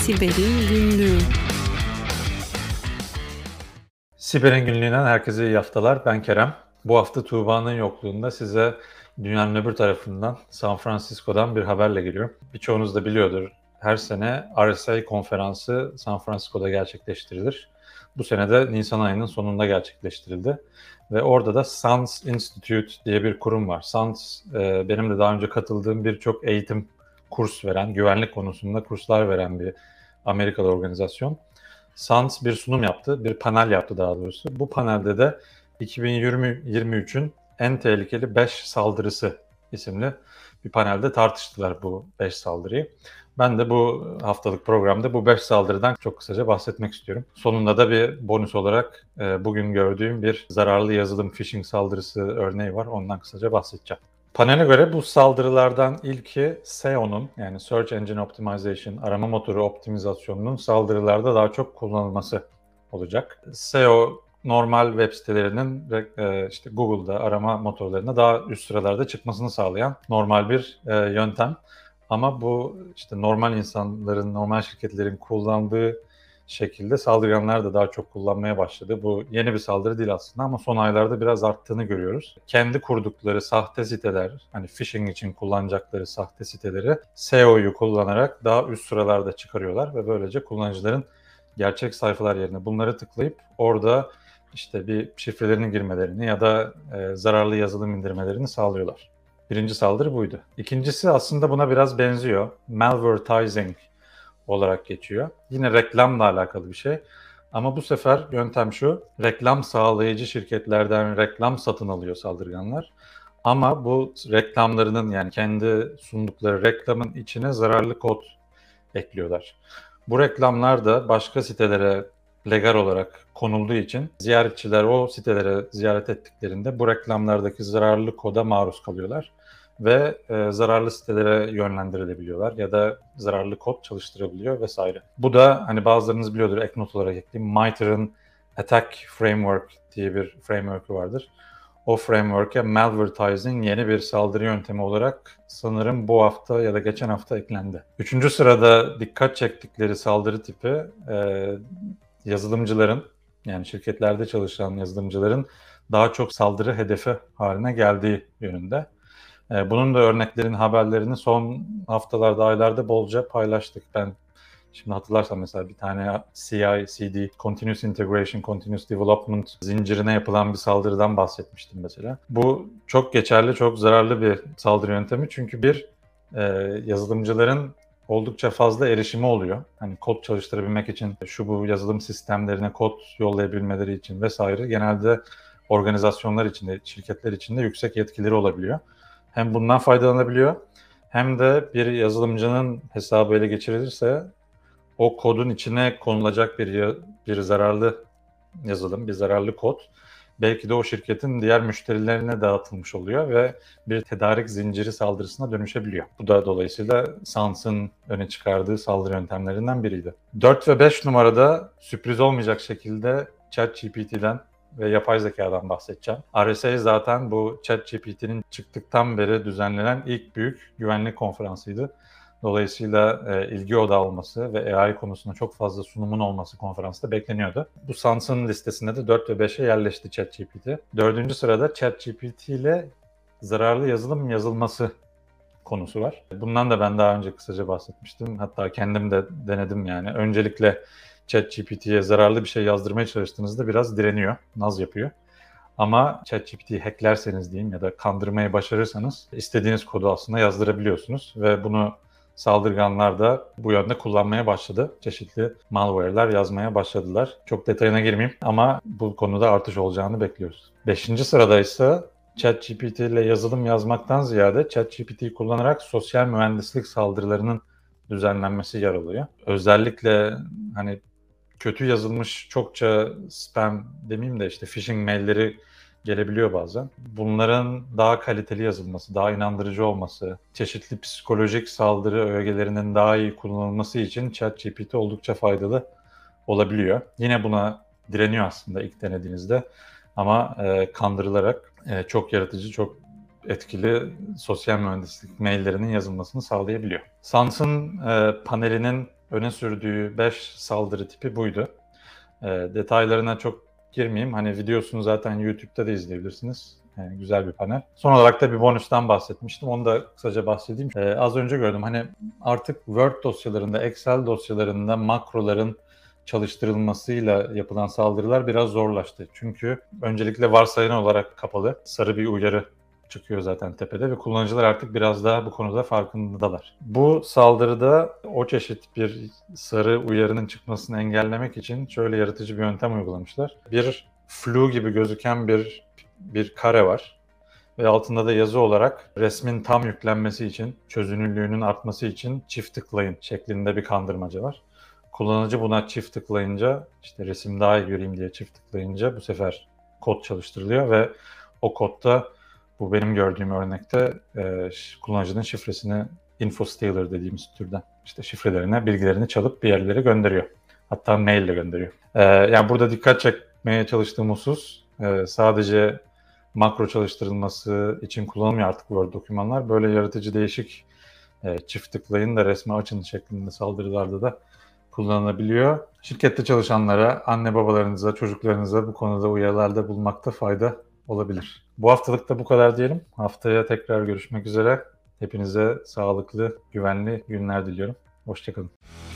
Siber'in Günlüğü. Siber'in Günlüğü'nden herkese iyi haftalar. Ben Kerem. Bu hafta Tuğba'nın yokluğunda size dünyanın öbür tarafından, San Francisco'dan bir haberle geliyorum. Birçoğunuz da biliyordur. Her sene RSA konferansı San Francisco'da gerçekleştirilir. Bu sene de Nisan ayının sonunda gerçekleştirildi. Ve orada da SANS Institute diye bir kurum var. SANS, benim de daha önce katıldığım birçok eğitim, kurs veren, güvenlik konusunda kurslar veren bir Amerikalı organizasyon. SANS bir sunum yaptı, bir panel yaptı daha doğrusu. Bu panelde de 2023'ün en tehlikeli 5 saldırısı isimli bir panelde tartıştılar bu 5 saldırıyı. Ben de bu haftalık programda bu 5 saldırıdan çok kısaca bahsetmek istiyorum. Sonunda da bir bonus olarak bugün gördüğüm bir zararlı yazılım phishing saldırısı örneği var. Ondan kısaca bahsedeceğim. Panele göre bu saldırılardan ilki SEO'nun yani Search Engine Optimization, arama motoru optimizasyonunun saldırılarda daha çok kullanılması olacak. SEO normal web sitelerinin işte Google'da arama motorlarına daha üst sıralarda çıkmasını sağlayan normal bir yöntem. Ama bu işte normal insanların, normal şirketlerin kullandığı şekilde saldırganlar da daha çok kullanmaya başladı. Bu yeni bir saldırı değil aslında ama son aylarda biraz arttığını görüyoruz. Kendi kurdukları sahte siteler, hani phishing için kullanacakları sahte siteleri SEO'yu kullanarak daha üst sıralarda çıkarıyorlar ve böylece kullanıcıların gerçek sayfalar yerine bunları tıklayıp orada işte bir şifrelerini girmelerini ya da zararlı yazılım indirmelerini sağlıyorlar. Birinci saldırı buydu. İkincisi aslında buna biraz benziyor. Malvertising olarak geçiyor. Yine reklamla alakalı bir şey. Ama bu sefer yöntem şu, reklam sağlayıcı şirketlerden reklam satın alıyor saldırganlar. Ama bu reklamlarının yani kendi sundukları reklamın içine zararlı kod ekliyorlar. Bu reklamlar da başka sitelere legal olarak konulduğu için ziyaretçiler o sitelere ziyaret ettiklerinde bu reklamlardaki zararlı koda maruz kalıyorlar ve zararlı sitelere yönlendirilebiliyorlar ya da zararlı kod çalıştırabiliyor vesaire. Bu da hani bazılarınız biliyordur, ek not olarak ekleyeyim. MITRE'ın Attack Framework diye bir framework'ü vardır. O framework'e malvertising yeni bir saldırı yöntemi olarak sanırım bu hafta ya da geçen hafta eklendi. Üçüncü sırada dikkat çektikleri saldırı tipi yazılımcıların, yani şirketlerde çalışan yazılımcıların daha çok saldırı hedefi haline geldiği yönünde. Bunun da örneklerin haberlerini son haftalarda, aylarda bolca paylaştık. Ben şimdi hatırlarsam mesela bir tane CI/CD, Continuous Integration, Continuous Development zincirine yapılan bir saldırıdan bahsetmiştim mesela. Bu çok geçerli, çok zararlı bir saldırı yöntemi. Çünkü yazılımcıların oldukça fazla erişimi oluyor. Hani kod çalıştırabilmek için, bu yazılım sistemlerine kod yollayabilmeleri için vesaire genelde organizasyonlar içinde, şirketler içinde yüksek yetkileri olabiliyor. Hem bundan faydalanabiliyor hem de bir yazılımcının hesabı ele geçirilirse o kodun içine konulacak bir zararlı yazılım, bir zararlı kod belki de o şirketin diğer müşterilerine dağıtılmış oluyor ve bir tedarik zinciri saldırısına dönüşebiliyor. Bu da dolayısıyla SANS'ın öne çıkardığı saldırı yöntemlerinden biriydi. 4 ve 5 numarada sürpriz olmayacak şekilde ChatGPT'den ve yapay zekadan bahsedeceğim. RSA zaten bu ChatGPT'nin çıktıktan beri düzenlenen ilk büyük güvenlik konferansıydı. Dolayısıyla ilgi odağı olması ve AI konusunda çok fazla sunumun olması konferansta bekleniyordu. Bu SANS'ın listesinde de 4 ve 5'e yerleşti ChatGPT. 4. sırada ChatGPT ile zararlı yazılım yazılması konusu var. Bundan da ben daha önce kısaca bahsetmiştim. Hatta kendim de denedim yani. Öncelikle ChatGPT'ye zararlı bir şey yazdırmaya çalıştığınızda biraz direniyor, naz yapıyor. Ama ChatGPT'yi hacklerseniz diyeyim ya da kandırmayı başarırsanız istediğiniz kodu aslında yazdırabiliyorsunuz ve bunu saldırganlar da bu yönde kullanmaya başladı. Çeşitli malware'ler yazmaya başladılar. Çok detayına girmeyeyim ama bu konuda artış olacağını bekliyoruz. 5. sırada ise ChatGPT ile yazılım yazmaktan ziyade ChatGPT'yi kullanarak sosyal mühendislik saldırılarının düzenlenmesi yer alıyor. Özellikle hani kötü yazılmış çokça spam demeyeyim de işte phishing mailleri gelebiliyor bazen. Bunların daha kaliteli yazılması, daha inandırıcı olması, çeşitli psikolojik saldırı ögelerinin daha iyi kullanılması için ChatGPT oldukça faydalı olabiliyor. Yine buna direniyor aslında ilk denediğinizde ama kandırılarak çok yaratıcı, çok etkili sosyal mühendislik maillerinin yazılmasını sağlayabiliyor. SANS'ın panelinin öne sürdüğü 5 saldırı tipi buydu. Detaylarına çok girmeyeyim. Hani videosunu zaten YouTube'da da izleyebilirsiniz. Güzel bir panel. Son olarak da bir bonustan bahsetmiştim. Onu da kısaca bahsedeyim. Az önce gördüm. Hani artık Word dosyalarında, Excel dosyalarında makroların çalıştırılmasıyla yapılan saldırılar biraz zorlaştı. Çünkü öncelikle varsayılan olarak kapalı. Sarı bir uyarı çıkıyor zaten tepede ve kullanıcılar artık biraz daha bu konuda farkındalar. Bu saldırıda o çeşit bir sarı uyarının çıkmasını engellemek için şöyle yaratıcı bir yöntem uygulamışlar. Bir flu gibi gözüken bir kare var ve altında da yazı olarak resmin tam yüklenmesi için, çözünürlüğünün artması için çift tıklayın şeklinde bir kandırmaca var. Kullanıcı buna çift tıklayınca, işte resim daha iyi göreyim diye çift tıklayınca bu sefer kod çalıştırılıyor ve o kodda bu benim gördüğüm örnekte kullanıcının şifresini info stealer dediğimiz türden işte şifrelerine, bilgilerini çalıp bir yerlere gönderiyor. Hatta mail ile gönderiyor. Yani burada dikkat çekmeye çalıştığım husus sadece makro çalıştırılması için kullanılmıyor artık Word dokümanlar. Böyle yaratıcı değişik çift tıklayın da resmi açın şeklinde saldırılarda da kullanılabiliyor. Şirkette çalışanlara, anne babalarınıza, çocuklarınıza bu konuda uyarılarda bulmakta fayda olabilir. Bu haftalık da bu kadar diyelim. Haftaya tekrar görüşmek üzere. Hepinize sağlıklı, güvenli günler diliyorum. Hoşça kalın.